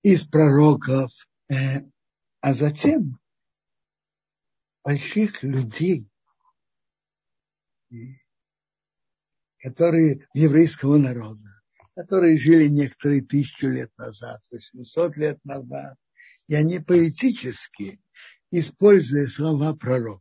из пророков, а затем больших людей, которые еврейского народа, которые жили некоторые 1000 лет назад, 800 лет назад, и они поэтически, используя слова пророков,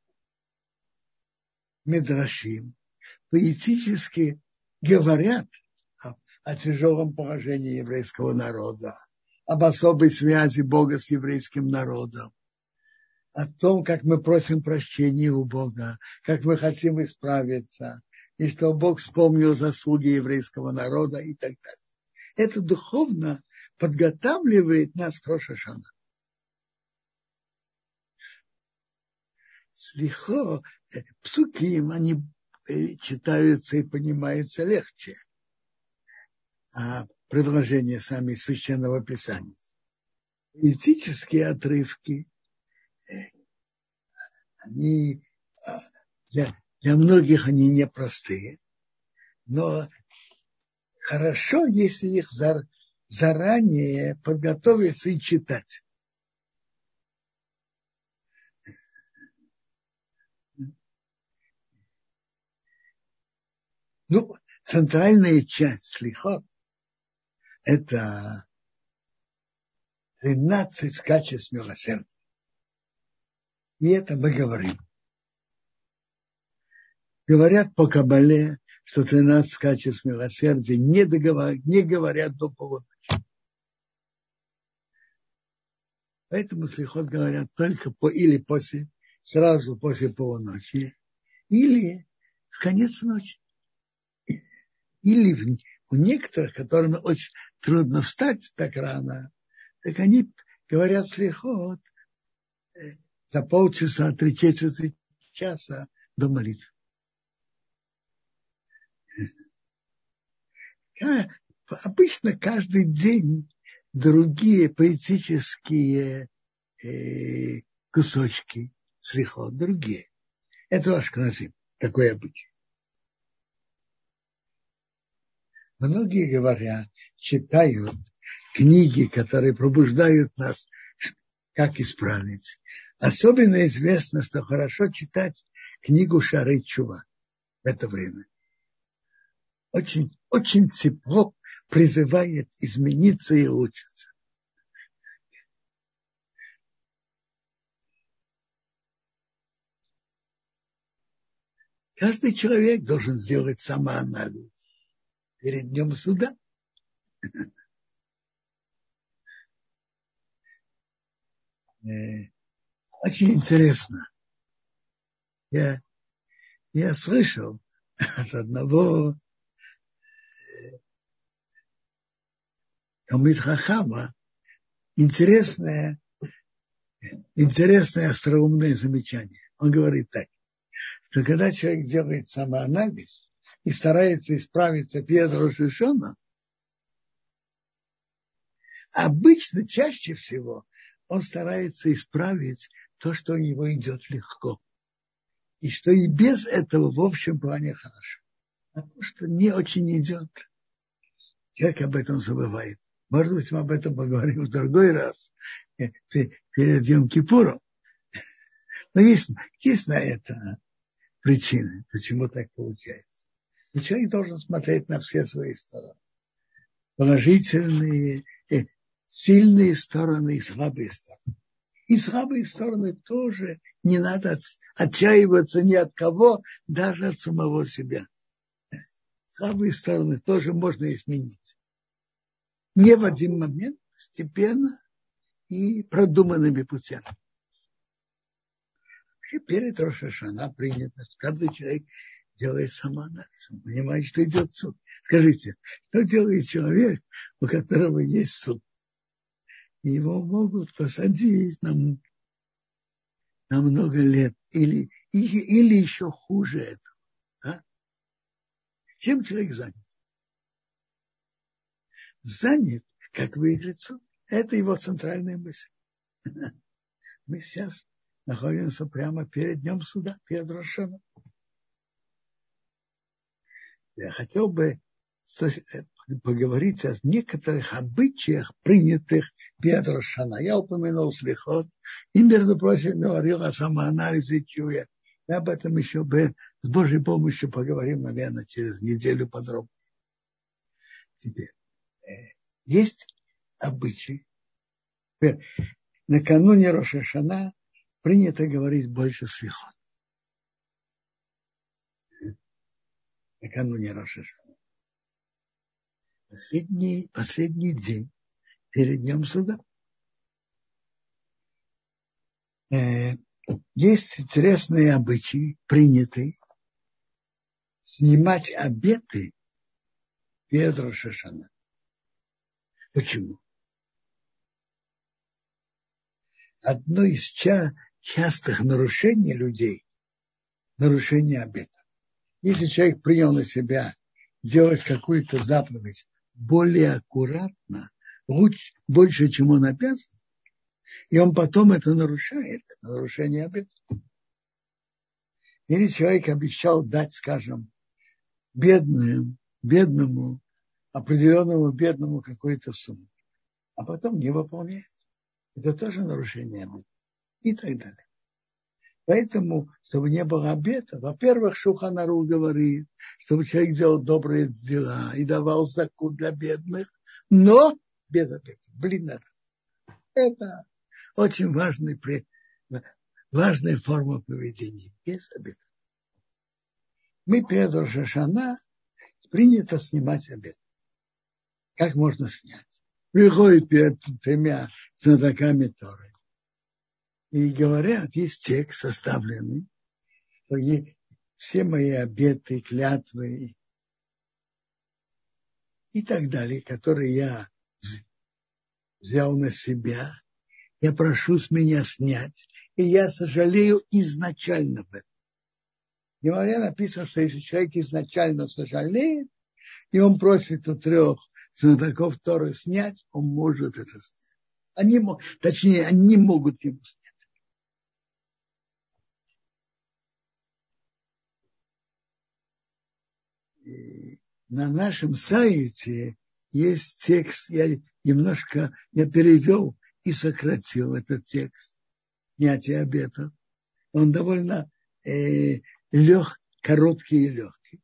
мидрашим, поэтически говорят о тяжелом положении еврейского народа, об особой связи Бога с еврейским народом, о том, как мы просим прощения у Бога, как мы хотим исправиться, и что Бог вспомнил заслуги еврейского народа и так далее. Это духовно подготавливает нас к Рош ха-Шана. Слихо, псуким, они читаются и понимаются легче, а предложения сами из Священного Писания. Поэтические отрывки, они для многих они непростые, но хорошо, если их заранее подготовиться и читать. Ну, центральная часть слихот – это 13 качеств милосердия. И это мы говорим. Говорят по Кабале, что 13 качеств милосердия не говорят до полуночи. Поэтому слихот говорят только сразу после полуночи, или в конец ночи. Или у некоторых, которым очень трудно встать так рано, так они говорят слихот за полчаса, 3/4 часа до молитвы. Обычно каждый день другие поэтические кусочки слихот, другие. Это ашкеназим, такой обычай. Многие говорят, читают книги, которые пробуждают нас, как исправить. Особенно известно, что хорошо читать книгу Шаарей Тшува в это время. Очень, очень тепло призывает измениться и учиться. Каждый человек должен сделать самоанализ перед днем суда. Очень интересно. Я слышал от одного Талмид Хахама интересное остроумное замечание. Он говорит так, что когда человек делает самоанализ и старается исправиться перед Рош ха-Шана, обычно, чаще всего, он старается исправить то, что у него идет легко. И что и без этого в общем плане хорошо. А то, что не очень идет, человек об этом забывает. Может быть, мы об этом поговорим в другой раз, перед Йом-Кипуром. Но есть на это причины, почему так получается. И человек должен смотреть на все свои стороны. Положительные, сильные стороны и слабые стороны. И слабые стороны тоже не надо отчаиваться ни от кого, даже от самого себя. Слабые стороны тоже можно изменить. Не в один момент, постепенно и продуманными путями. И перед Рош ха-Шана принято, что каждый человек делает самоанализ, он понимает, что идет суд. Скажите, что делает человек, у которого есть суд? Его могут посадить на много лет или еще хуже этого. А? Чем человек занят? Занят, как выиграть суд. Это его центральная мысль. Мы сейчас находимся прямо перед днем суда, перед Рош ха-Шана. Я хотел бы поговорить о некоторых обычаях, принятых перед Рош ха-Шана. Я упомянул слихот и, между прочим, говорил о самоанализе чуя. Мы об этом еще с Божьей помощью поговорим, наверное, через неделю подробно. Теперь, есть обычаи. Теперь, накануне Рош ха-Шана принято говорить больше слихот. Накануне Рош ха-Шана. Последний день перед Днем Суда. Есть интересные обычаи, принятые, снимать обеты перед Рош ха-Шана. Почему? Одно из частых нарушений людей – нарушение обета. Если человек принял на себя делать какую-то заповедь более аккуратно, лучше, больше, чем он обязан, и он потом это нарушает, это нарушение обета. Или человек обещал дать, скажем, бедному, определенному бедному какую-то сумму, а потом не выполняет. Это тоже нарушение обета. И так далее. Поэтому, чтобы не было обета, во-первых, Шулхан Арух говорит, чтобы человек делал добрые дела и давал заку для бедных, но без обета. Это очень важная форма поведения. Без обета. Мы перед Рош ха-Шана принято снимать обет. Как можно снять? Приходит перед тремя знатоками Торы. И говорят, есть текст составленный, что все мои обеты, клятвы и так далее, которые я взял на себя, я прошу с меня снять, и я сожалею изначально в этом. В Гемаре написано, что если человек изначально сожалеет, и он просит у 3 знатоков Торы снять, он может это снять. Они могут ему снять. И на нашем сайте есть текст, я перевел и сократил этот текст снятия обетов. Он довольно короткий и легкий.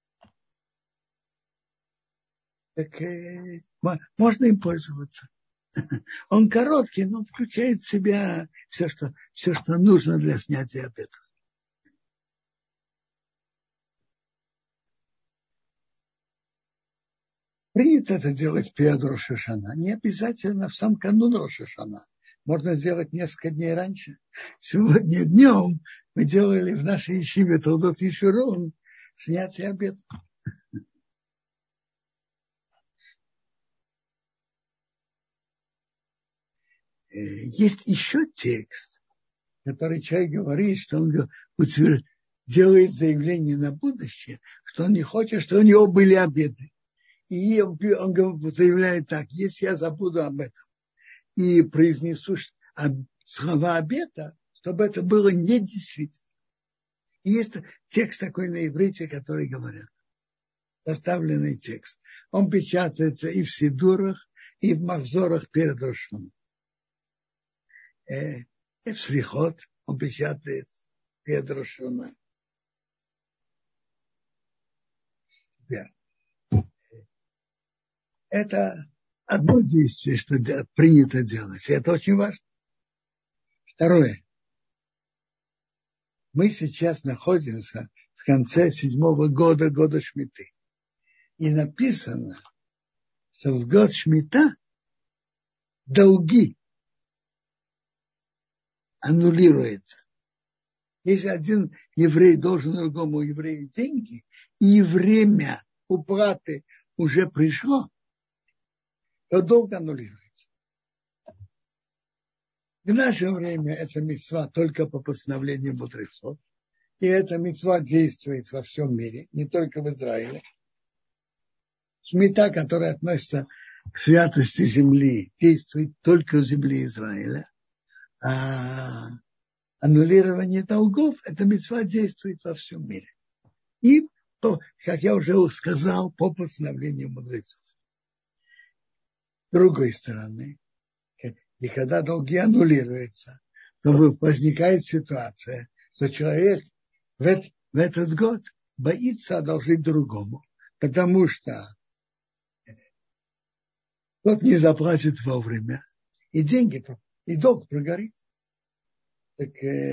Так можно им пользоваться. Он короткий, но включает в себя все, что нужно для снятия обетов. Принято это делать перед Рош ха-Шана. Не обязательно в сам канун Рош ха-Шана. Можно сделать несколько дней раньше. Сегодня днем мы делали в нашей ешиве Толдот Ешурун снятие обета. Есть еще текст, который человек говорит, что он делает заявление на будущее, что он не хочет, что у него были обеты. И он заявляет так: если я забуду об этом и произнесу слова обета, чтобы это было недействительно. И есть текст такой на иврите, который говорят. Составленный текст. Он печатается и в сидурах, и в махзорах перед Рош ха-Шана. И в слихот он печатается перед Рош ха-Шана. Это одно действие, что принято делать. И это очень важно. Второе. Мы сейчас находимся в конце 7-го года Шмиты. И написано, что в год Шмита долги аннулируются. Если один еврей должен другому еврею деньги, и время уплаты уже пришло, то долг аннулируется. В наше время это мицва только по постановлению мудрецов. И эта мицва действует во всем мире, не только в Израиле. Шмита, которая относится к святости земли, действует только в земле Израиля. А аннулирование долгов, эта мицва действует во всем мире. И, как я уже сказал, по постановлению мудрецов. другой стороны, и когда долги аннулируются, то возникает ситуация, что человек в этот год боится одолжить другому, потому что тот не заплатит вовремя, и деньги, и долг прогорит. Так,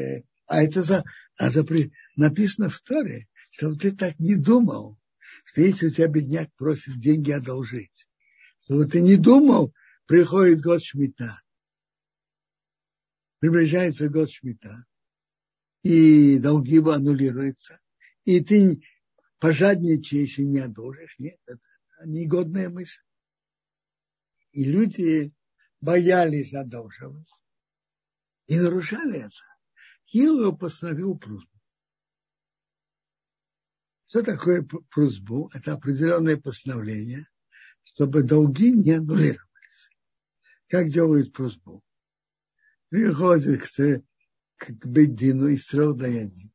написано в Торе, что ты так не думал, что если у тебя бедняк просит деньги одолжить, то ты не думал, приходит год Шмита, приближается год Шмита, и долги его аннулируются, и ты пожадничаешь и не одолжишь. Нет, это негодная мысль. И люди боялись одолживать и нарушали это. Хило постановил просьбу. Что такое просьбу? Это определенное постановление, чтобы долги не аннулировались. Как делают просьбу? Приходит к Бейдину и Стрелдаяни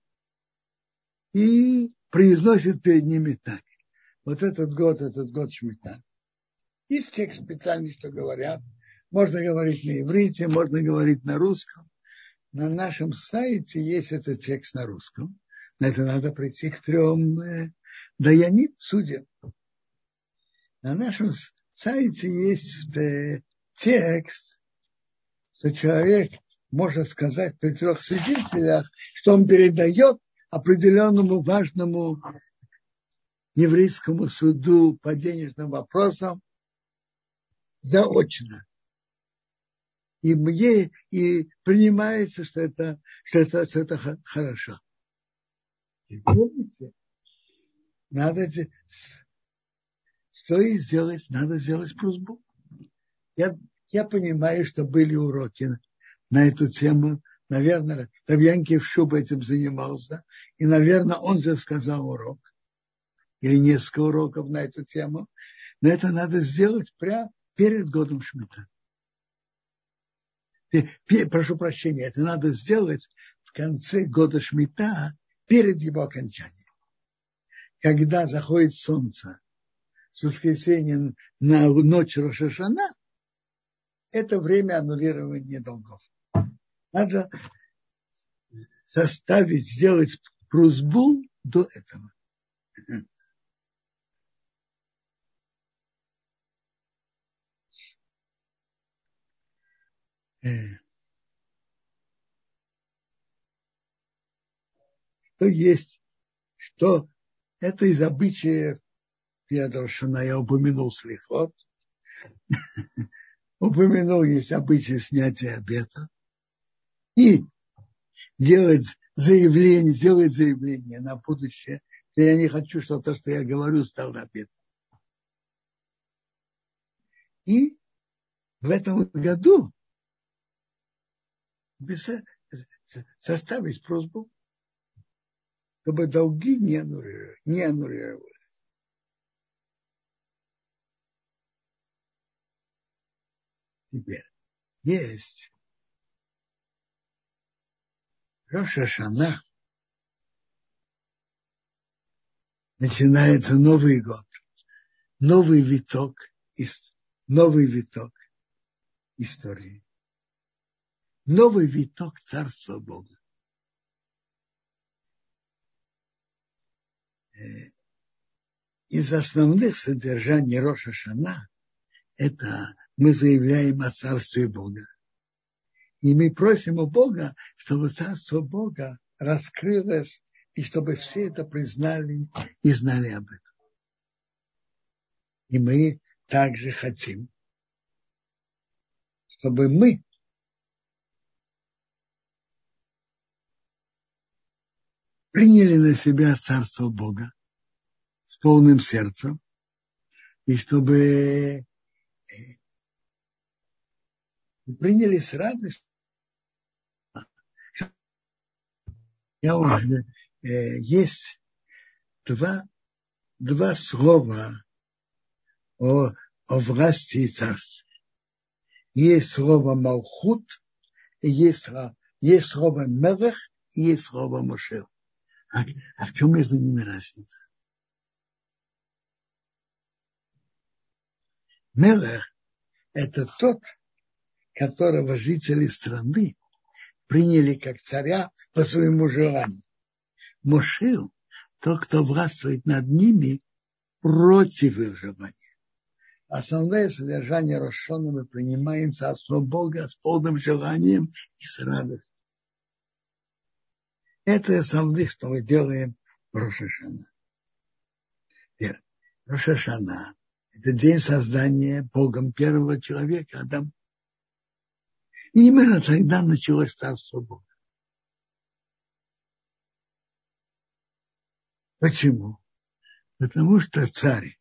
и произносит перед ними так. Вот этот год Шмита. Есть текст специальный, что говорят. Можно говорить на иврите, можно говорить на русском. На нашем сайте есть этот текст на русском. На это надо прийти к 3 даяним, судьям. На нашем сайте есть текст, что человек может сказать при 3 свидетелях, что он передает определенному важному еврейскому суду по денежным вопросам заочно. И принимается, что это хорошо. И помните, надо сделать просьбу. Я понимаю, что были уроки на эту тему. Наверное, Рав Янкив Шуба этим занимался. И, наверное, он же сказал урок. Или несколько уроков на эту тему. Но это надо сделать прямо перед годом Шмита. Прошу прощения, это надо сделать в конце года Шмита, перед его окончанием. Когда заходит солнце с воскресенья на ночь Рош ха-Шана, это время аннулирования долгов. Надо сделать просьбу до этого. Что это из обычаев Петрушина, я упомянул слихот, есть обычай снятия обета и делать заявление на будущее, что я не хочу, чтобы то, что я говорю, стало обетом. И в этом году составить просьбу, чтобы долги не аннулировали. Теперь есть Рош ха-Шана, начинается Новый год, новый виток истории, новый виток Царства Бога. Из основных содержаний Рош ха-Шана это мы заявляем о Царстве Бога. И мы просим у Бога, чтобы Царство Бога раскрылось, и чтобы все это признали и знали об этом. И мы также хотим, чтобы мы приняли на себя Царство Бога с полным сердцем, и чтобы приняли с радостью. Есть два слова о власти и царстве. Есть слово Малхут, и есть слово Мелех, и есть слово Мошел. А в чем между ними разница? Мелех это тот, которого жители страны приняли как царя по своему желанию. Мошил – тот, кто властвует над ними против их желания. Основное содержание Рош ха-Шана мы принимаем Царство Бога с полным желанием и с радостью. Это основное, что мы делаем в Рош ха-Шана. Рош ха-Шана – это день создания Богом первого человека, Адама. И именно тогда началось Царство Бога. Почему? Потому что царь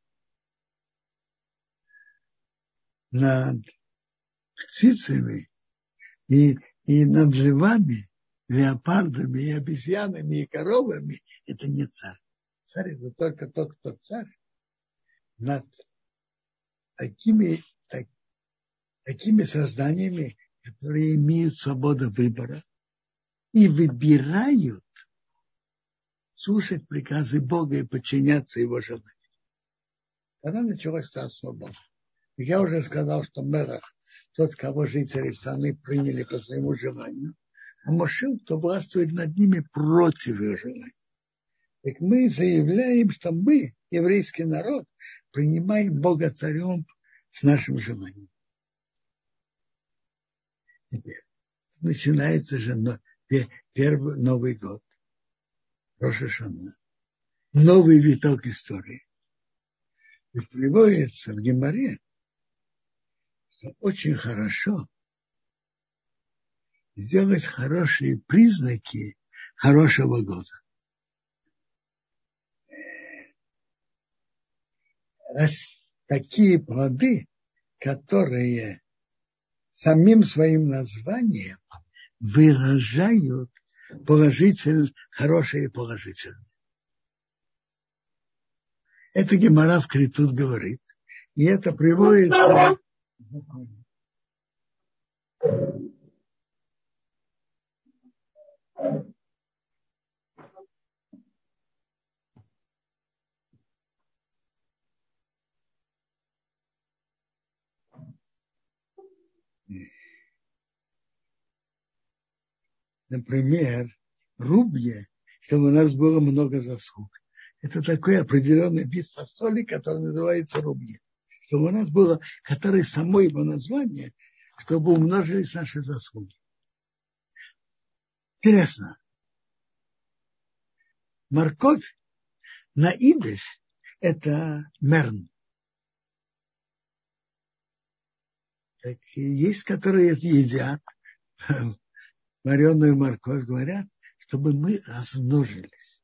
над птицами и над львами, леопардами, и обезьянами, и коровами – это не царь. Царь – это только тот, кто царь над такими созданиями, которые имеют свободу выбора и выбирают слушать приказы Бога и подчиняться Его желанию. Тогда началось Царство Бога. Я уже сказал, что Мелах, тот, кого жители страны приняли по своему желанию, а Мошил, кто властвует над ними против их желания. Так мы заявляем, что мы, еврейский народ, принимаем Бога царем с нашим желанием. Теперь начинается же первый Новый год, Рош ха-Шана, новый виток истории. И приводится в Гемаре, что очень хорошо сделать хорошие признаки хорошего года. Такие плоды, которые самим своим названием выражают хорошее и положительное. Это Гемара в Критут говорит. И это приводится... Например, рубье, чтобы у нас было много заслуг. Это такой определенный вид фасоли, который называется рубье. Чтобы у нас было, которое само его название, чтобы умножились наши заслуги. Интересно. Морковь на идиш – это мерн. Так, есть, которые это едят, вареную морковь, говорят, чтобы мы размножились.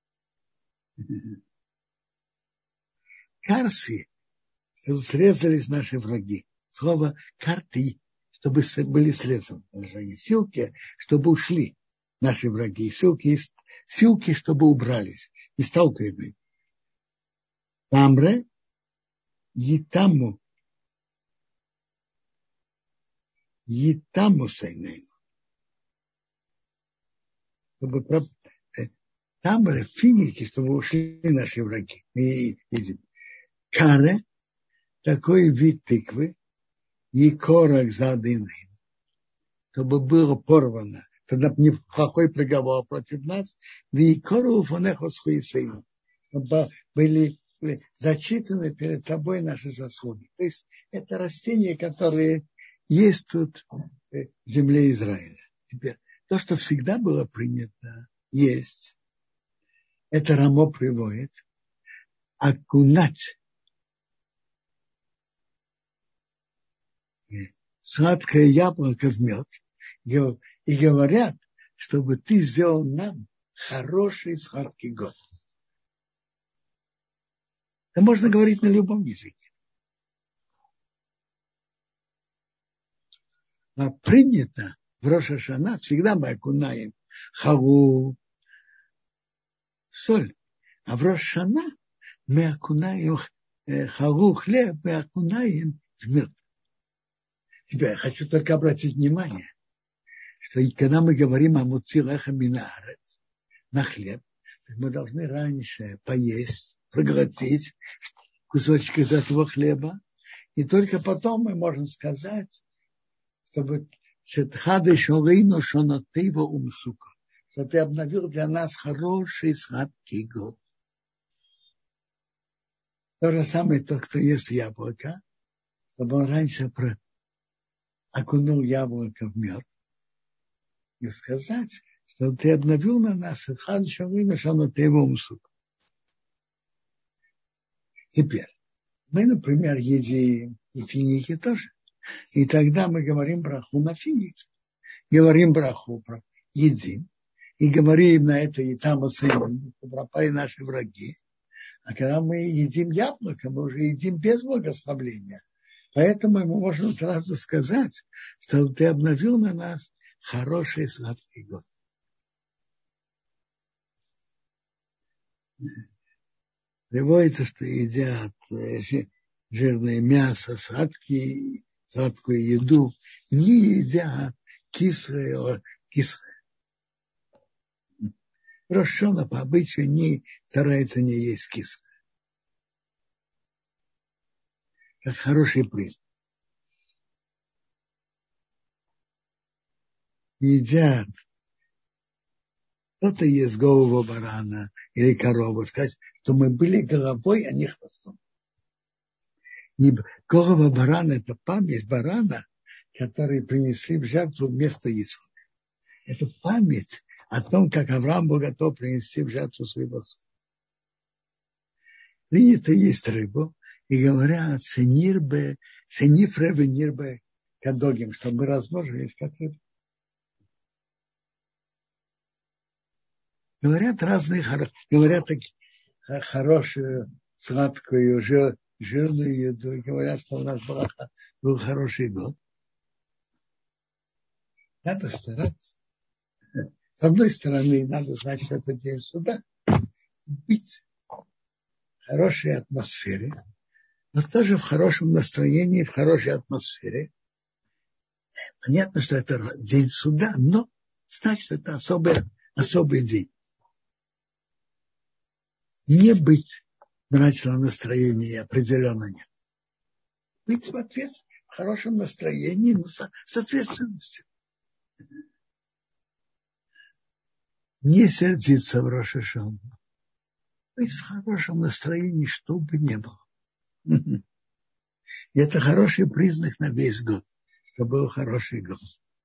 Карси, чтобы срезались наши враги. Слово карты, чтобы были срезаны наши враги. Силки, чтобы ушли наши враги. Силки, чтобы убрались. И сталкиваемые. Тамре, етаму сайнейну. Чтобы тамре, финики, чтобы ушли наши враги. Мы видим. Каре, такой вид тыквы, и корок задыны, чтобы было порвано, тогда неплохой приговор против нас, и кору фонехос хуисейну, чтобы были зачитаны перед тобой наши заслуги. То есть это растения, которые есть тут в земле Израиля. Теперь, то, что всегда было принято есть, это Рамо приводит, окунать сладкое яблоко в мед. И говорят, чтобы ты сделал нам хороший сладкий год. Это можно говорить на любом языке. А принято в Рош ха-Шана, всегда мы окунаем хаву, соль. А в Рош ха-Шана мы окунаем хаву, хлеб, мы окунаем в мед. Теперь я хочу только обратить внимание, что когда мы говорим о муци леха мин хаарец, на хлеб, мы должны раньше поесть, проглотить кусочек из этого хлеба И только потом мы можем сказать, чтобы что ты обновил для нас хороший сладкий год. То же самое, тот, кто ест яблоко, чтобы он раньше окунул яблоко в мед и сказать, что ты обновил на нас Теперь, мы, например, едим и финики тоже. И тогда мы говорим браху на финики. Говорим браху, едим. И говорим на это и там оценим, пропали наши враги. А когда мы едим яблоко, мы уже едим без благословления. Поэтому мы можем сразу сказать, что ты обновил на нас хороший сладкий год. Приводится, что едят жирное мясо, сладкую еду, не едят кислое. Рош ха-Шана по обычаю старается не есть кислое. Как хороший признак. Едят. Кто-то ест голову барана или корову. Сказать, что мы были головой, а не хвостом. Голова барана – это память барана, который принесли в жертву вместо Ицхака. Это память о том, как Авраам был готов принести в жертву своего сына. Принято есть рыбу и говорят, шенифре венирбе кадогим, чтобы размножились как рыба. Говорят разные, говорят хорошую, сладкую, жирную еду, и говорят, что у нас был хороший год. Надо стараться. С одной стороны, надо знать, что это день суда, быть в хорошей атмосфере, но тоже в хорошем настроении, в хорошей атмосфере. Понятно, что это день суда, но значит, это особый день. Не быть мрачного настроения определенно нет. Быть в хорошем настроении, но с ответственностью. Не сердиться в Рош ха-Шана. Быть в хорошем настроении, что бы ни было. И это хороший признак на весь год, что был хороший год.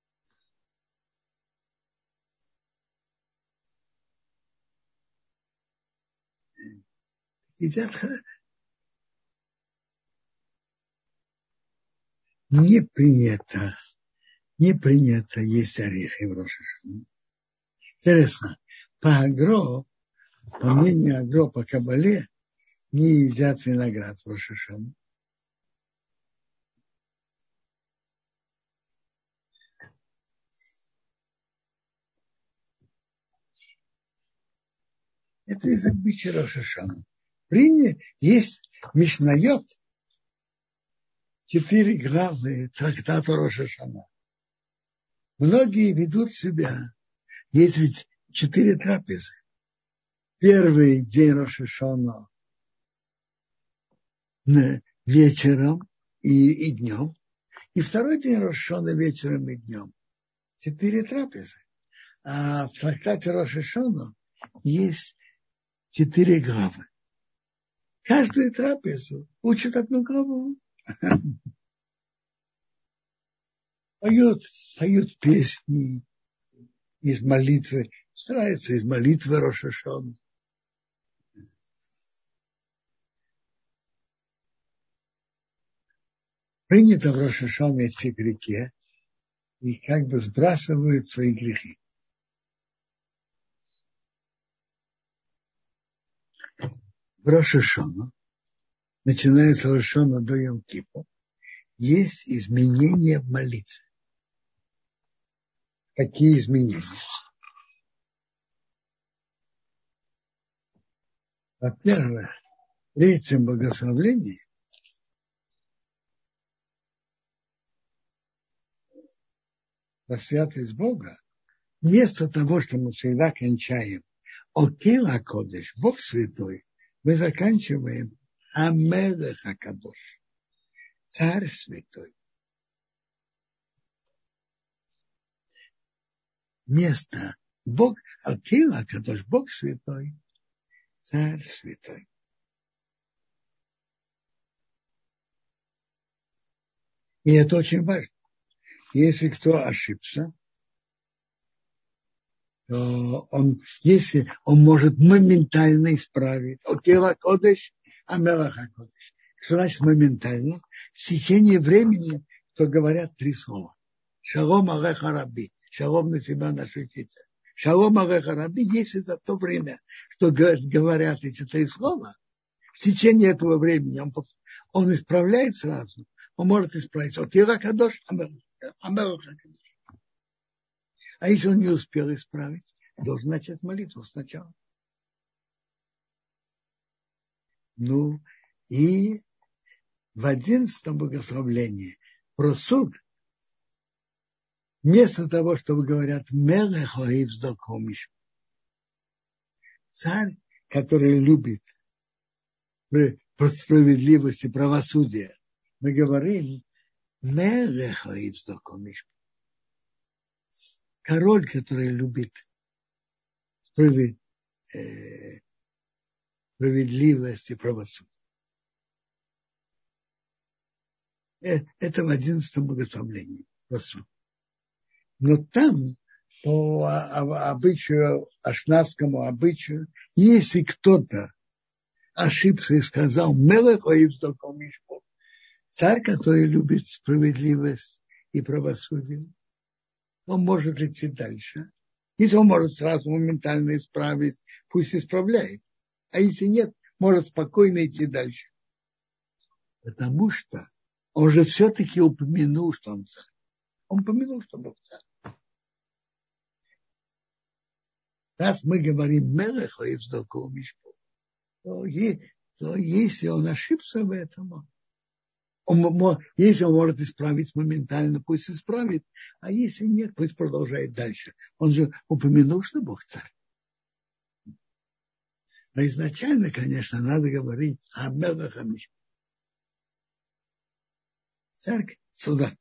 Едят не принято есть орехи в Рош ха-Шана. Интересно, по мнению Агро, по Кабале, не едят виноград в Рош ха-Шана. Это из обычая Рош ха-Шана. Есть Мишнайот, 4 главы трактата Рош ха-Шана. Многие ведут себя. Есть ведь 4 трапезы. Первый день Рош ха-Шана вечером и днем. И второй день Рош ха-Шана вечером и днем. 4 трапезы. А в трактате Рош ха-Шана есть 4 главы. Каждую трапезу учат одну главу. Поют песни из молитвы, стараются из молитвы Рош ха-Шана. Принято в Рош ха-Шана идти к реке и как бы сбрасывают свои грехи. В Рош ха-Шана, начиная с Рош ха-Шана до Йом-Кипура, есть изменения в молитве. Какие изменения? Во-первых, в третьем благословении во святость Бога, вместо того, что мы всегда кончаем Окей ла-Кодеш, Бог святой, мы заканчиваем Амелех ха-Кадош, Царь святой. Место Бог, Акила, Кадош, Бог святой, царь святой. И это очень важно. Если кто ошибся, то если он может моментально исправить. Акила Кодеш, Амелаха Кодеш. Что значит моментально? В течение времени, то говорят 3 слова. Шалом алеха раби. Шалом на тебя наша ученица. Шалом алеха раби, если за то время, что говорят эти 3 слова, в течение этого времени он исправляет сразу, он может исправить. Акила Кадош, Амелаха Кодеш. А если он не успел исправить, должен начать молитву сначала. Ну, и в 11 благословлении про суд, вместо того, чтобы говорят «Мелех оив сдокомиш», царь, который любит справедливость и правосудие, мы говорим «Мелех оив сдокомиш», король, который любит справедливость и правосудие. Это в 11 благословении. Но там, по обычаю, ашнавскому обычаю, если кто-то ошибся и сказал «Мелех оив сдокомиш», царь, который любит справедливость и правосудие, он может идти дальше. Если он может сразу моментально исправить, пусть исправляет. А если нет, может спокойно идти дальше. Потому что он же все-таки упомянул, что он царь. Он упомянул, что Бог царь. Раз мы говорим «Мелех оив сдокомиш», то если он ошибся в этом, если он может исправить моментально, пусть исправит, а если нет, пусть продолжает дальше. Он же упомянул, что Бог царь. Но изначально, конечно, надо говорить о Мелех ха-Мишпат. Царь суда.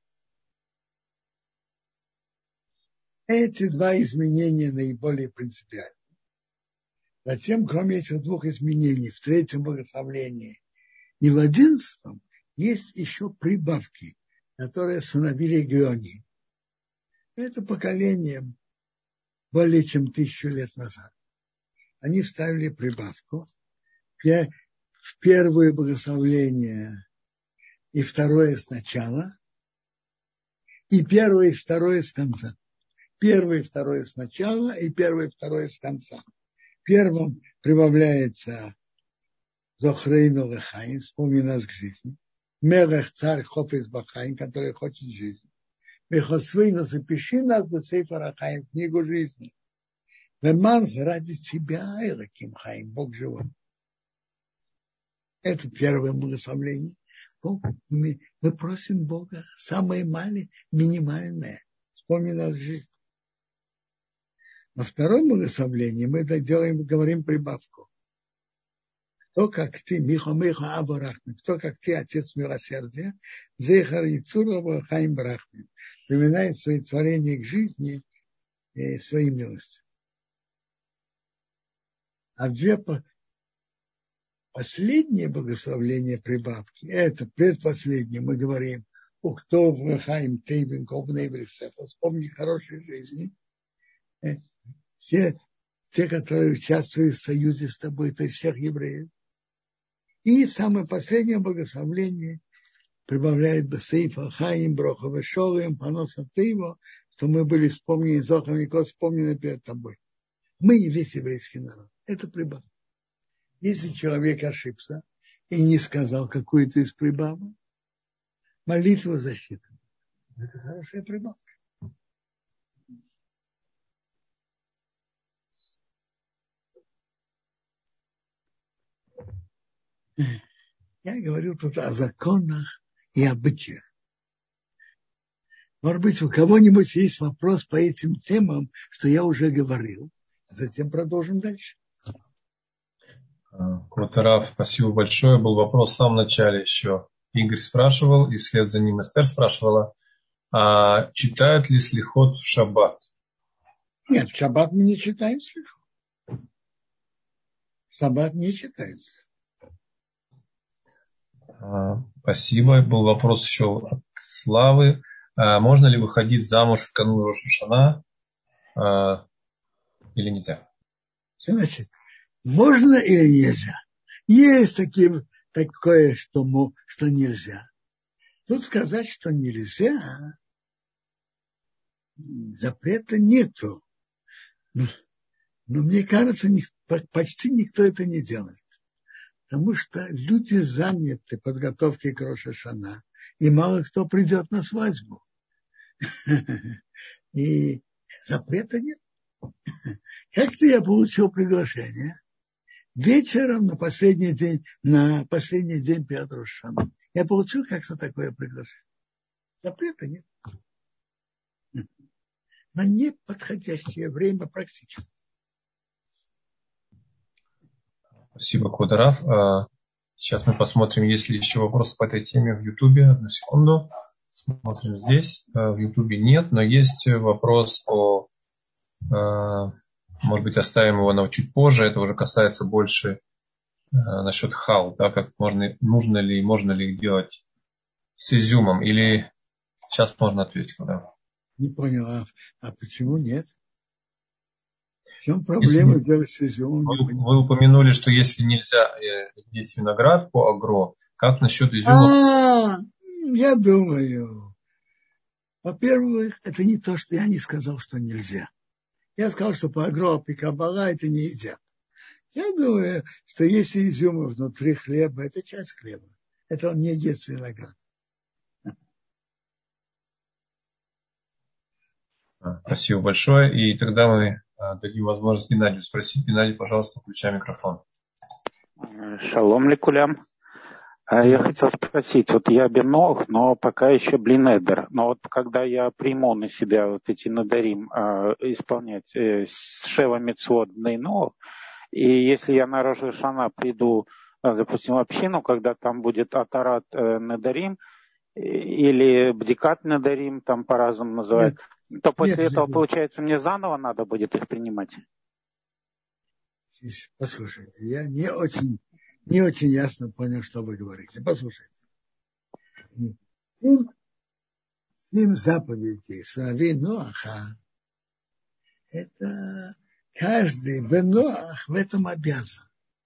Эти 2 изменения наиболее принципиальны. Затем, кроме этих 2 изменений, в 3 благословении и в 11 есть еще прибавки, которые установили Геони. Это поколение более чем 1000 лет назад. Они вставили прибавку в первое благословение и второе сначала, и первое и второе с конца. Первое и второе сначала, и первое и второе с конца. В первом прибавляется Зохрейну лехаим, вспомни нас к жизни. Мелех царь хофес бахаим, который хочет жизни. Мехосвейну, запиши нас в сейфер ахаим, в книгу жизни. Веман ради тебя, Элоким хаим, Бог живой. Это первое благословение. Мы просим Бога самое маленькое, минимальное. Вспомни нас в жизни. На втором благословении мы говорим прибавку. Кто как ты, Миха Абарахми, кто как ты, Отец милосердия, Зехар Яцурова Хаим Брахми, вспоминает свои творения к жизни и своей милостью. А 2 последние благословения прибавки, это предпоследнее, мы говорим, кто в Хаим Тейбин, вспомни хорошей жизни. Все те, которые участвуют в союзе с тобой, то есть всех евреев. И самое последнее благословение прибавляет Бесейфа Хаим, Брохова Шолем, Паноса Тейво, что мы были вспомнены, Зохам и Кот вспомнены перед тобой. Мы и весь еврейский народ. Это прибавка. Если человек ошибся и не сказал какую-то из прибавок, молитва защиты. Это хорошая прибавка. Я говорю тут о законах и обычаях. Может быть, у кого-нибудь есть вопрос по этим темам, что я уже говорил. Затем продолжим дальше. Квартирав, спасибо большое. Был вопрос в самом начале еще. Игорь спрашивал, и вслед за ним Эстер спрашивала, а читают ли слихот в шаббат? Нет, в шаббат мы не читаем слихот. В шаббат не читается. Спасибо. Был вопрос еще от Славы. Можно ли выходить замуж в канун Рош ха-Шана или нельзя? Что значит? Можно или нельзя? Есть такое, что нельзя. Тут сказать, что нельзя, запрета нету. Но мне кажется, почти никто это не делает. Потому что люди заняты подготовкой к Рош ха-Шана, и мало кто придет на свадьбу. И запрета нет. Как-то я получил приглашение вечером на последний день перед Рош ха-Шана. Я получил как-то такое приглашение. Запрета нет. На неподходящее время практически. Спасибо, Квадрав. Сейчас мы посмотрим, есть ли еще вопросы по этой теме в Ютубе. Одну секунду. Смотрим здесь. В Ютубе нет, но есть вопрос может быть, оставим его на чуть позже. Это уже касается больше насчет хал, да, как можно ли их делать с изюмом, или сейчас можно ответить, да? Не понял, а почему нет? В чем проблема делать с изюмом? Вы упомянули, что если нельзя есть виноград по агро, как насчет изюма? Я думаю, во-первых, это не то, что я не сказал, что нельзя. Я сказал, что по агро и кабала это не едят. Я думаю, что если изюмы внутри хлеба, это часть хлеба. Это он не ест виноград. Спасибо большое. И тогда мы дадим возможность Геннадию спросить. Геннадий, пожалуйста, включай микрофон. Шалом лекулям. Я хотел спросить, вот я бенох, но пока еще блинедер. Но вот когда я приму на себя вот эти надарим исполнять шева мицвот бнейнох, и если я на Рош ха-Шана приду, допустим, в общину, когда там будет атарат надарим или бдикат надарим, там по-разному называют, то после этого, получается, мне заново надо будет их принимать? Послушайте, я не очень ясно понял, что вы говорите. Послушайте. 7 заповедей Шави Ноаха. Это каждый Бен-Ноах в этом обязан.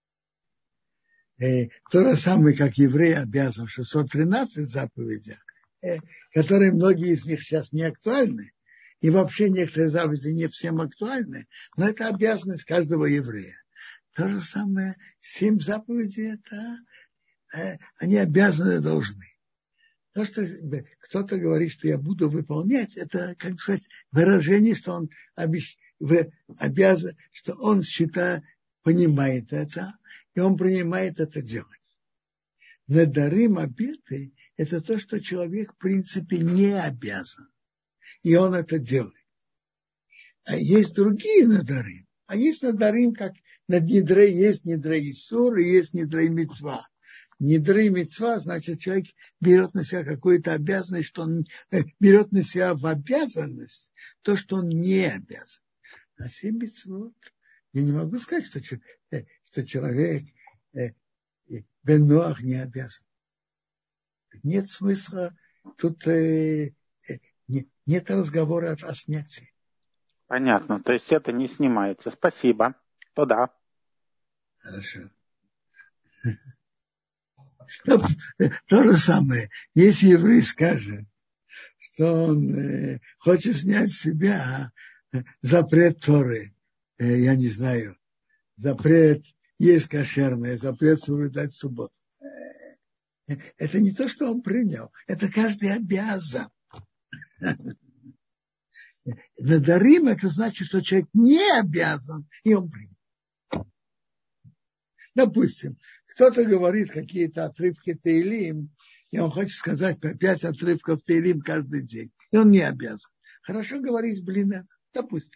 То же самое, как еврей обязан в 613 заповедях, которые многие из них сейчас не актуальны. И вообще некоторые заповеди не всем актуальны, но это обязанность каждого еврея. То же самое, 7 заповедей, это они обязаны, должны. То, что кто-то говорит, что я буду выполнять, это, как сказать, выражение, что он обязан, что он считает, понимает это, и он принимает это делать. Надарим, обеты, это то, что человек, в принципе, не обязан. И он это делает. А есть другие надарим. А есть надарим, как над Нидрей есть Нидрей Исур, и есть Нидрей Мицва. Нидрей Мицва, значит, человек берет на себя какую-то обязанность, что он берет на себя в обязанность то, что он не обязан. А 7 мицвот, я не могу сказать, что человек Бен-Ноах не обязан. Нет смысла, тут нет разговора о снятии. Понятно, то есть это не снимается. Спасибо. То да. Хорошо. То же самое. Если еврей скажет, что он хочет снять с себя запрет Торы, я не знаю, запрет есть кошерное, запрет соблюдать субботу. Это не то, что он принял, это каждый обязан. Надарим, это значит, что человек не обязан, и он принял. Допустим, кто-то говорит какие-то отрывки Теилим, и он хочет сказать по 5 отрывков Теилим каждый день, и он не обязан. Хорошо говорить блинет, допустим.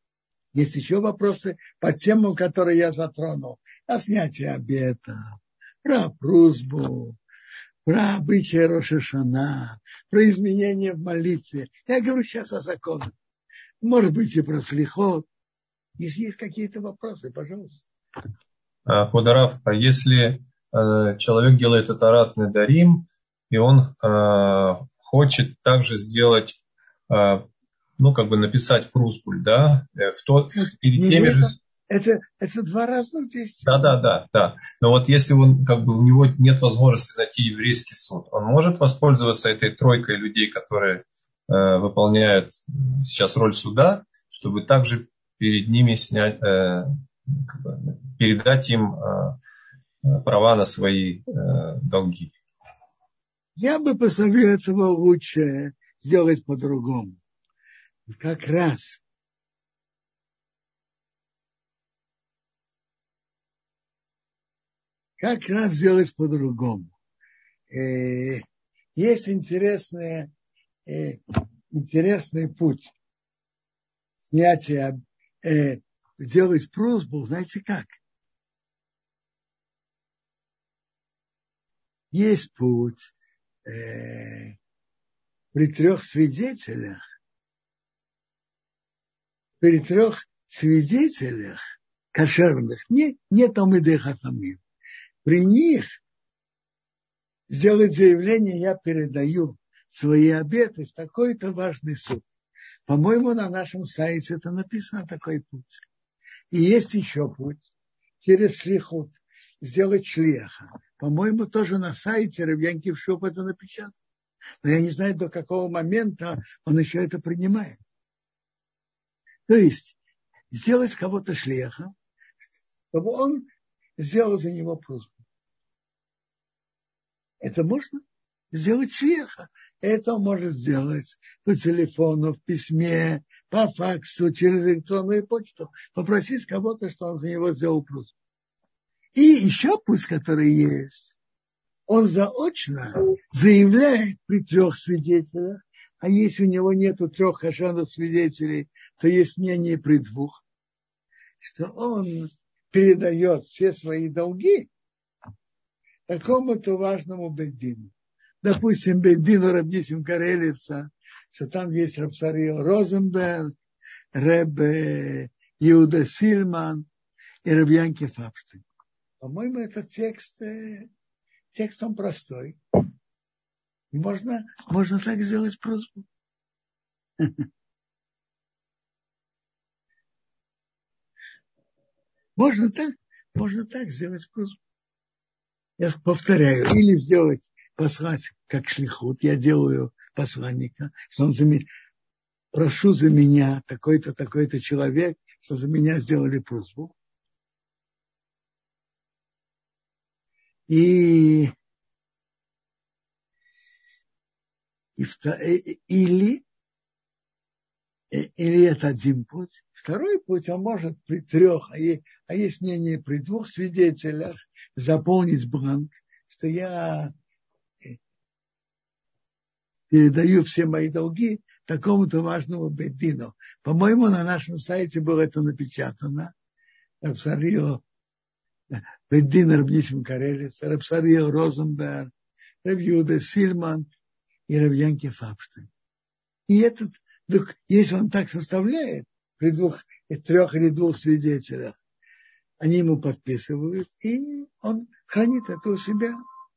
Есть еще вопросы по темам, которые я затронул. О снятии обета, про просьбу, про обычаи Рош ха-Шана, про изменения в молитве. Я говорю сейчас о законах. Может быть, и про слихот. Если есть какие-то вопросы, пожалуйста. Квадарав, а если человек делает атарат недарим, и он хочет также сделать, написать прусбуль, да, перед теми же... Это два разных действия. Да. Но вот если он, у него нет возможности найти еврейский суд, он может воспользоваться этой тройкой людей, которые выполняют сейчас роль суда, чтобы также перед ними снять, передать им права на свои долги. Я бы посоветовал лучше сделать по-другому. Как раз сделать по-другому. Есть интересный путь снятия, сделать просьбу, знаете как? Есть путь при трех свидетелях кошерных, не Талмидей Хахамим, при них сделать заявление: я передаю свои обеты в такой-то важный суд. По-моему, на нашем сайте это написано, такой путь. И есть еще путь через шлихут, сделать шлеха. По-моему, тоже на сайте Рав Янкив Шуп это напечатано. Но я не знаю, до какого момента он еще это принимает. То есть сделать кого-то шлеха, чтобы он сделал за него просьбу. Это можно сделать шлеха. Это он может сделать по телефону, в письме, по факсу, через электронную почту. Попросить кого-то, что он за него сделал просьбу. И еще путь, который есть, он заочно заявляет при трех свидетелях, а если у него нету трех кошерных свидетелей, то есть мнение при двух, что он передает все свои долги такому-то важному бейдину. Допустим, бейдину Рав Нисим Карелица, что там есть Рав Сарио Розенберг, Реб Иуда Сильман и Рав Янкив Апштейн. По-моему, этот текст он простой. Можно так сделать просьбу. Можно так сделать просьбу. Я повторяю, или послать как шлихут, я делаю посланника, что он прошу за меня такой-то, такой-то человек, что за меня сделали просьбу. Или это один путь. Второй путь, он может при трех, а есть мнение при двух свидетелях, заполнить бланк, что я передаю все мои долги такому-то важному бейдину. По-моему, на нашем сайте было это напечатано. Рав Сарио бейдин Рав Нисим Карелиц, Рав Сарио Розенберг, Рав Иуда Сильман и Рав Янкив Апштейн. И этот, если он так составляет, при трех или двух свидетелях, они ему подписывают, и он хранит это у себя.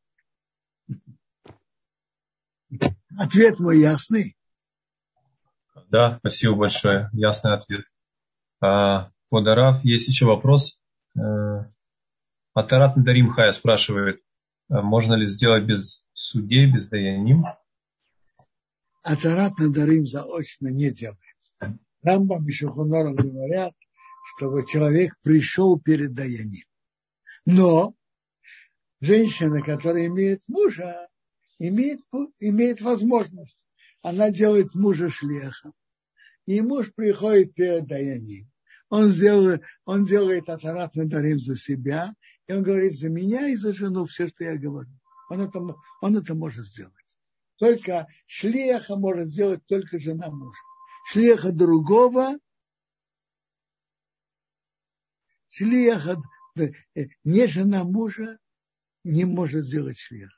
Ответ мой ясный. Да, спасибо большое. Ясный ответ. Квадарав, есть еще вопрос. Атарат Недарим Хая спрашивает, можно ли сделать без судей, без даяним? Атарат Недарим заочно не делается. Рамбам и Шулхан Арух говорят, чтобы человек пришел перед даяним. Но женщина, которая имеет мужа, имеет возможность. Она делает мужа шлехом. И муж приходит перед даяним. Он делает атарат недарим за себя, и он говорит за меня и за жену все, что я говорю. Он это может сделать. Только шлеха может сделать только жена мужа. Шлеха другого, не жена мужа, не может сделать шлих.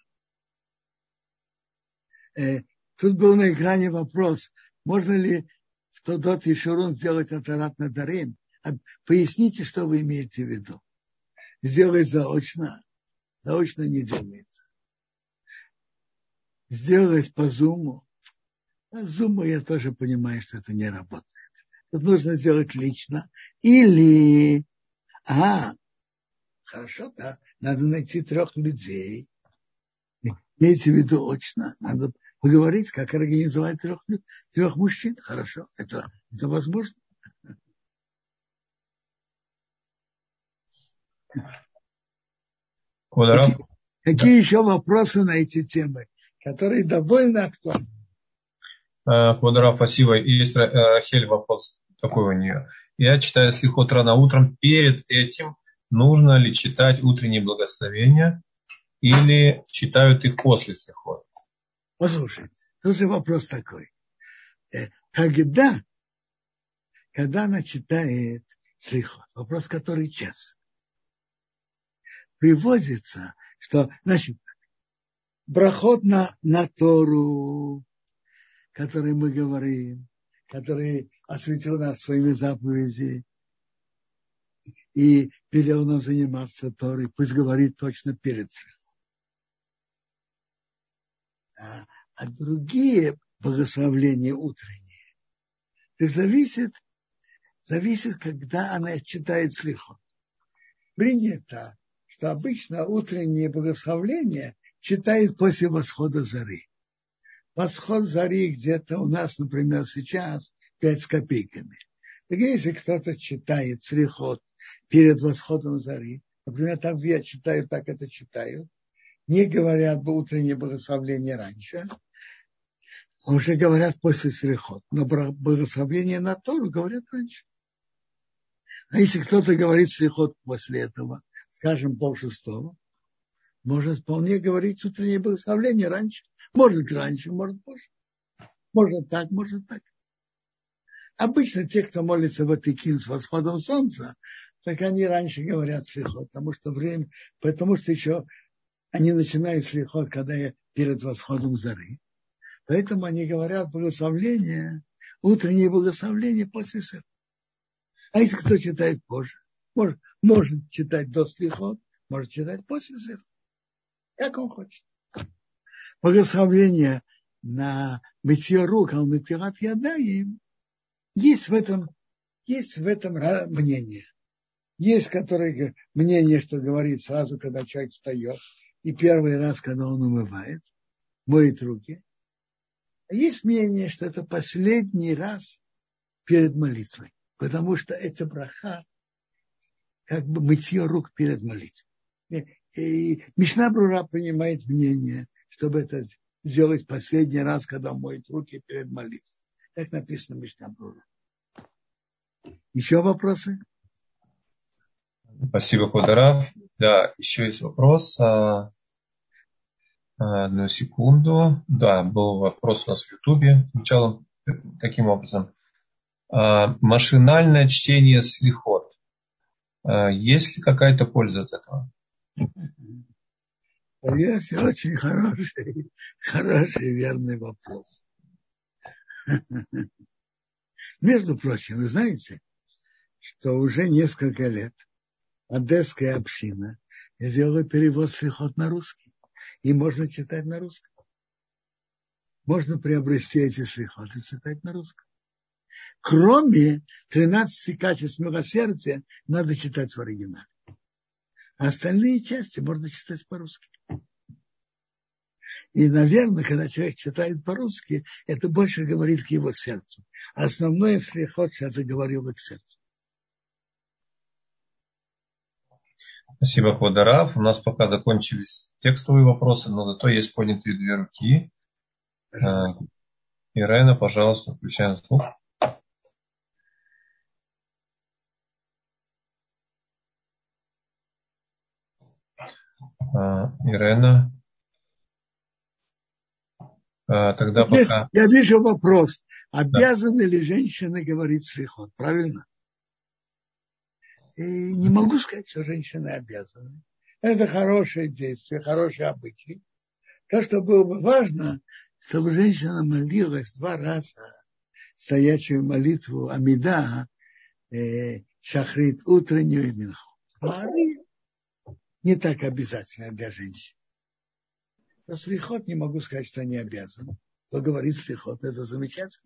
Тут был на экране вопрос, можно ли в Тодот и Шурун сделать атарат надарим? Поясните, что вы имеете в виду. Сделать заочно. Заочно не делается. Сделать по зуму. По зуму я тоже понимаю, что это не работает. Тут нужно сделать лично. Или... хорошо, да. Надо найти 3 людей. Имеется в виду очно. Надо поговорить, как организовать 3 мужчин. Хорошо, это возможно. Какие еще вопросы на эти темы, которые довольно актуальны? Квадрат, спасибо. И есть Рахель, вопрос такой у нее. Я читаю слихот рано утром. Перед этим нужно ли читать утренние благословения или читают их после слихот? Послушайте, тут же вопрос такой. Когда она читает слихот, вопрос, который час, приводится, что, значит, брахот на Тору, который мы говорим, который осветил нас своими заповедями и велел нам заниматься Торой, пусть говорит точно перед слихот. А другие благословления утренние, так зависит, когда она читает слихот. Принято, что обычно утреннее благословление читает после восхода зари. Восход зари где-то у нас, например, сейчас 5 с копейками. Так если кто-то читает слихот перед восходом зари, например, там, где я читаю, так это читаю, не говорят бы утреннее благословение раньше, уже говорят после слихот, но благословение на Тору говорят раньше. А если кто-то говорит слихот после этого, скажем, 5:30, можно вполне говорить утреннее благословение раньше. Может раньше, может позже. Может так, может так. Обычно те, кто молится в Атыкин с восходом солнца, так они раньше говорят слихот, потому что еще они начинают слихот, когда перед восходом зары. Поэтому они говорят благословление, утреннее благословение после слихот. А если кто читает позже, может читать до слихот, может читать после слихот. Как он хочет. Благословление на мытье рук, а на тират ядаим, есть в этом мнение. Есть мнение, что говорит сразу, когда человек встает, и первый раз, когда он умывает, моет руки. А есть мнение, что это последний раз перед молитвой, потому что это браха, как бы мытье рук перед молитвой. И Мишна Брура принимает мнение, чтобы это сделать последний раз, когда моет руки перед молитвой. Так написано в Мишна Брура. Еще вопросы? Спасибо, Квадрат. Да, еще есть вопрос. Одну секунду. Да, был вопрос у нас в Ютубе. Звучал таким образом. Машинальное чтение слихот. Есть ли какая-то польза от этого? Есть очень хороший, верный вопрос. Между прочим, вы знаете, что уже несколько лет одесская община сделала перевод слихот на русский. И можно читать на русском. Можно приобрести эти слихот и читать на русском. Кроме 13 качеств милосердия, надо читать в оригинале. А остальные части можно читать по-русски. И, наверное, когда человек читает по-русски, это больше говорит к его сердцу. А основное слихот это говорило к сердцу. Спасибо, Квадрат. У нас пока закончились текстовые вопросы, но зато есть поднятые 2 руки. Ирена, пожалуйста, включаем звук. Ирена. Тогда пока... Я вижу вопрос. Обязаны ли женщины говорить слихот? Правильно? И не могу сказать, что женщины обязаны. Это хорошее действие, хороший обычай. То, что было бы важно, чтобы женщина молилась 2 раза стоячую молитву Амида, шахрит утреннюю и минху. Не так обязательно для женщин. Про слихот не могу сказать, что они обязаны. Кто говорит слихот, это замечательно.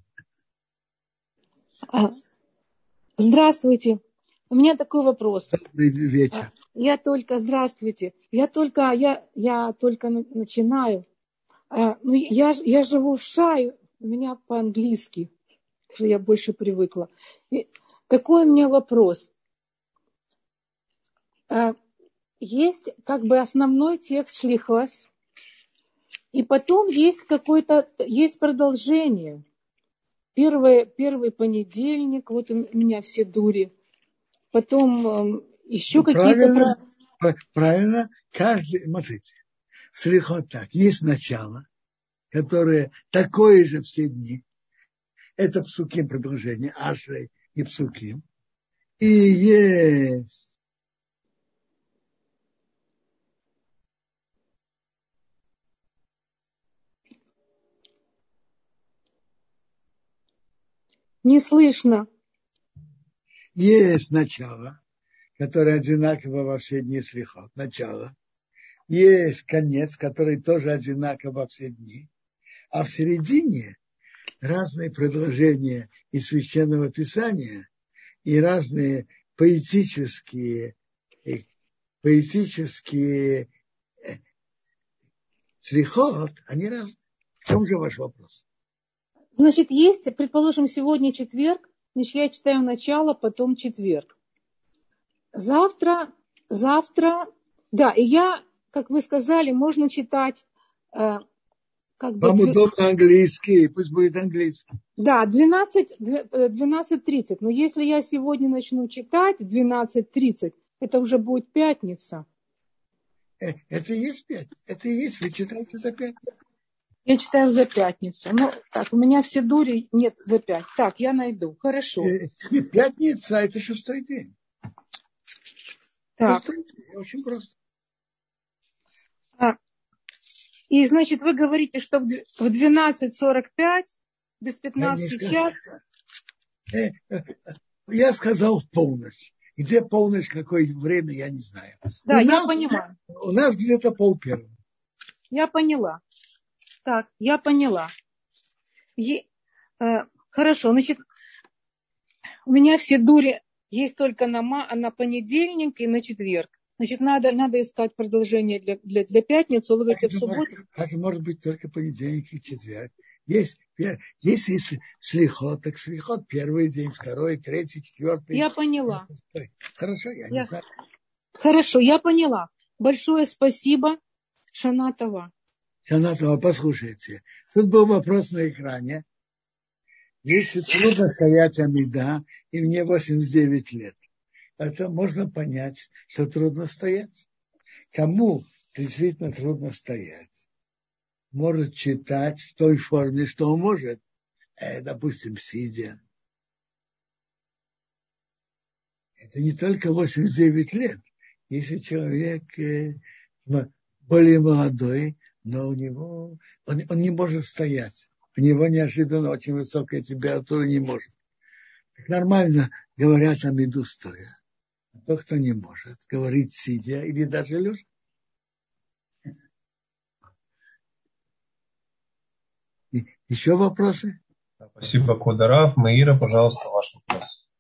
Здравствуйте. У меня такой вопрос. Добрый вечер. Здравствуйте. Я только начинаю. Я живу в Шае, у меня по-английски, что я больше привыкла. И такой у меня вопрос. Есть как бы основной текст шлихос, и потом есть продолжение. Первый понедельник, вот у меня все дури. Потом еще какие-то... Правильно. Смотрите, в слихот так. Есть начало, которое такое же все дни. Это псуким продолжение, ашрей и псуким. И есть Не слышно. Есть начало, которое одинаково во все дни слихот. Начало. Есть конец, который тоже одинаков во все дни. А в середине разные предложения из Священного Писания и разные поэтические слихот, они разные. В чем же ваш вопрос? Значит, есть, предположим, сегодня четверг, значит, я читаю начало, потом четверг. Завтра, да, и я, как вы сказали, можно читать... Вам удобно английский, пусть будет английский. Да, 12:30. Но если я сегодня начну читать 12:30, это уже будет пятница. Это и есть пятница. Это и есть, вы читаете за пятницу. Я читаю за пятницу. Ну, так, у меня все дури нет за 5. Так, я найду. Хорошо. Пятница, это 6-й день. Так. 6-й день, очень просто. И, значит, вы говорите, что в 12:45, без 15 час... Я сказал в полночь. Где полночь, какое время, я не знаю. Да, я понимаю. У нас где-то 12:30. Я поняла. Так, я поняла. Хорошо, значит, у меня все дури есть только на понедельник и на четверг. Значит, надо искать продолжение для пятницы. Вы говорите, в субботу. Как может быть только понедельник и четверг? Если слихот, так слихот первый день, второй, третий, четвертый. Я поняла. Хорошо, я не знаю. Хорошо, я поняла. Большое спасибо, Шана Това. Шана Това, послушайте. Тут был вопрос на экране. Если трудно стоять Амида, и мне 89 лет, это можно понять, что трудно стоять. Кому действительно трудно стоять, может читать в той форме, что он может, допустим, сидя. Это не только 89 лет. Если человек более молодой, но у него он не может стоять. У него неожиданно очень высокая температура, не может. Так нормально говорят Амиду стоя. А тот, кто не может, говорит сидя или даже лежа. Еще вопросы? Спасибо, Квадарав. Маира, пожалуйста, ваш вопрос.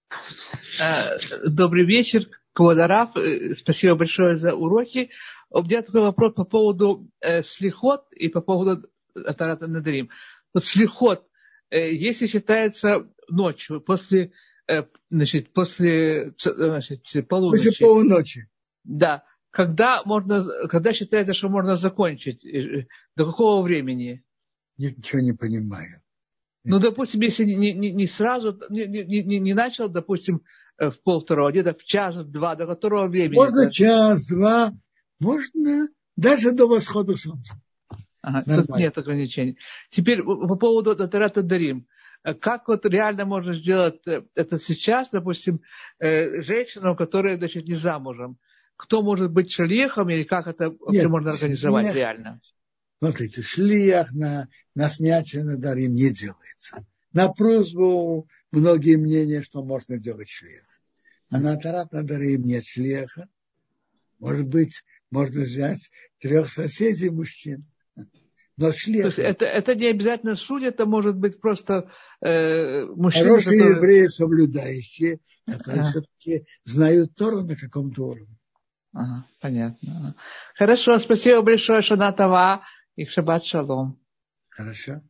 Добрый вечер, Квадарав. Спасибо большое за уроки. У меня такой вопрос по поводу слихот и по поводу Тарат Надарим. Вот слихот, если считается ночью, после полуночи. После полуночи. Да. Когда считается, что можно закончить? До какого времени? Ничего не понимаю. Ну, допустим, если не сразу, не начал, допустим, в 12:30, где-то в 1-2, до которого времени? Можно 1-2, можно даже до восхода солнца. Ага, тут нет ограничений. Теперь по поводу Тарат Надарим. Как вот реально можно сделать это сейчас, допустим, женщину, которая, значит, не замужем? кто может быть шлихом или как это вообще можно организовать шлиях, реально? Смотрите, шлиях на снятие надарим не делается. На просьбу многие мнения, что можно делать шлиях. А на атарат надарим нет шлиха. Может быть, можно взять 3 соседей мужчин. Но шлиях... То есть это не обязательно судья, это может быть просто мужчина, хорошие евреи, соблюдающие, которые все-таки знают Тору на каком-то уровне. Ага, понятно. Хорошо, спасибо большое, Шана Това и шаббат шалом. Хорошо.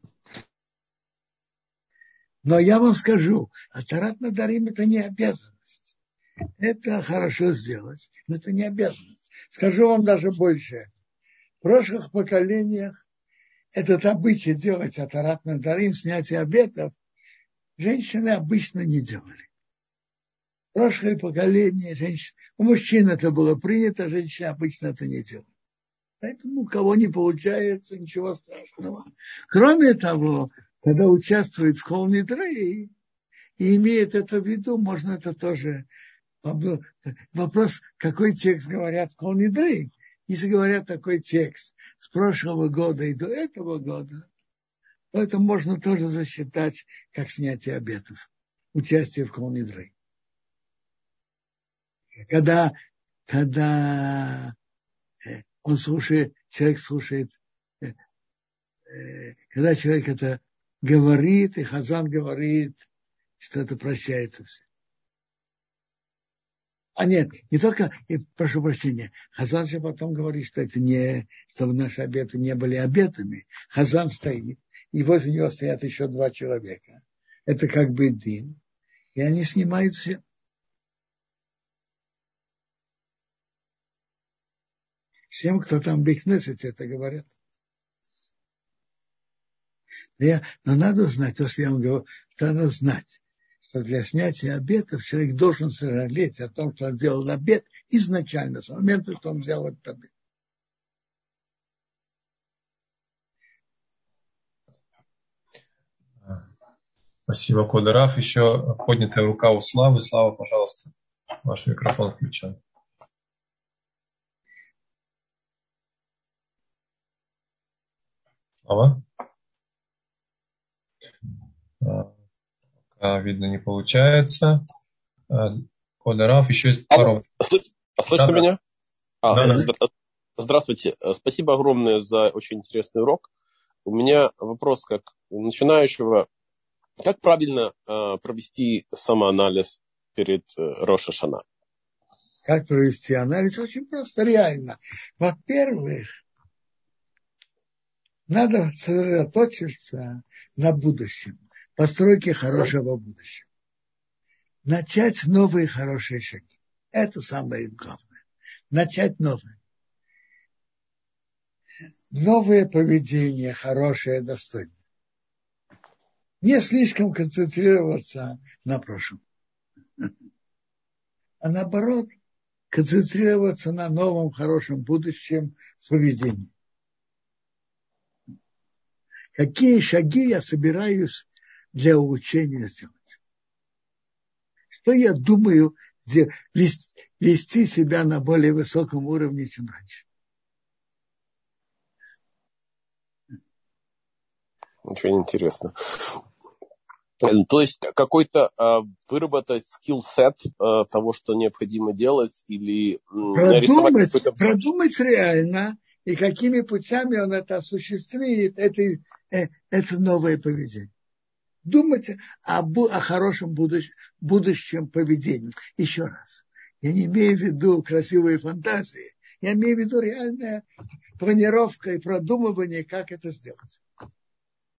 Но я вам скажу, атарат надарим это не обязанность. Это хорошо сделать, но это не обязанность. Скажу вам даже больше. В прошлых поколениях этот обычай делать атарат надарим, снятие обетов, женщины обычно не делали. Прошлое поколение женщин, у мужчин это было принято, женщины обычно это не делали. Поэтому у кого не получается, ничего страшного. Кроме того, когда участвует в Кол Нидрей и имеет это в виду, можно это тоже... Вопрос, какой текст говорят в Кол Нидрей. Если говорят такой текст с прошлого года и до этого года, то это можно тоже засчитать как снятие обетов, участие в Кол Нидрей. Когда он слушает, человек слушает, когда человек это говорит, и Хазан говорит, что это прощается все. А нет, не только, прошу прощения, Хазан же потом говорит, что это не, чтобы наши обеты не были обетами. Хазан стоит, и возле него стоят еще 2 человека. Это как бы дин. И они снимают все. Всем, кто там в Бейт-Кнесете, это говорят. Но надо знать, то, что я вам говорю, надо знать, что для снятия обетов человек должен сожалеть о том, что он делал обет изначально, с момента, что он сделал этот обет. Спасибо, Кодераф. Еще поднятая рука у Славы. Слава, пожалуйста, ваш микрофон включен. Слава? Видно, не получается. Кодераф, еще есть пару... Слышно меня? Да. Здравствуйте. Спасибо огромное за очень интересный урок. У меня вопрос как у начинающего. Как правильно провести самоанализ перед Рош ха-Шана? Как провести анализ? Очень просто, реально. Во-первых, надо сосредоточиться на будущем, постройке хорошего будущего. Начать новые хорошие шаги. Это самое главное. Начать новое. Новое поведение, хорошее, достойное. Не слишком концентрироваться на прошлом. А наоборот, концентрироваться на новом, хорошем будущем поведении. Какие шаги я собираюсь для улучшения сделать? Что я думаю вести себя на более высоком уровне, чем раньше? Очень интересно. То есть какой-то выработать скилл-сет того, что необходимо делать, или продумать реально, и какими путями он это осуществит, это новое поведение. Думать о хорошем будущем поведении. Еще раз, я не имею в виду красивые фантазии, я имею в виду реальная планировка и продумывание, как это сделать.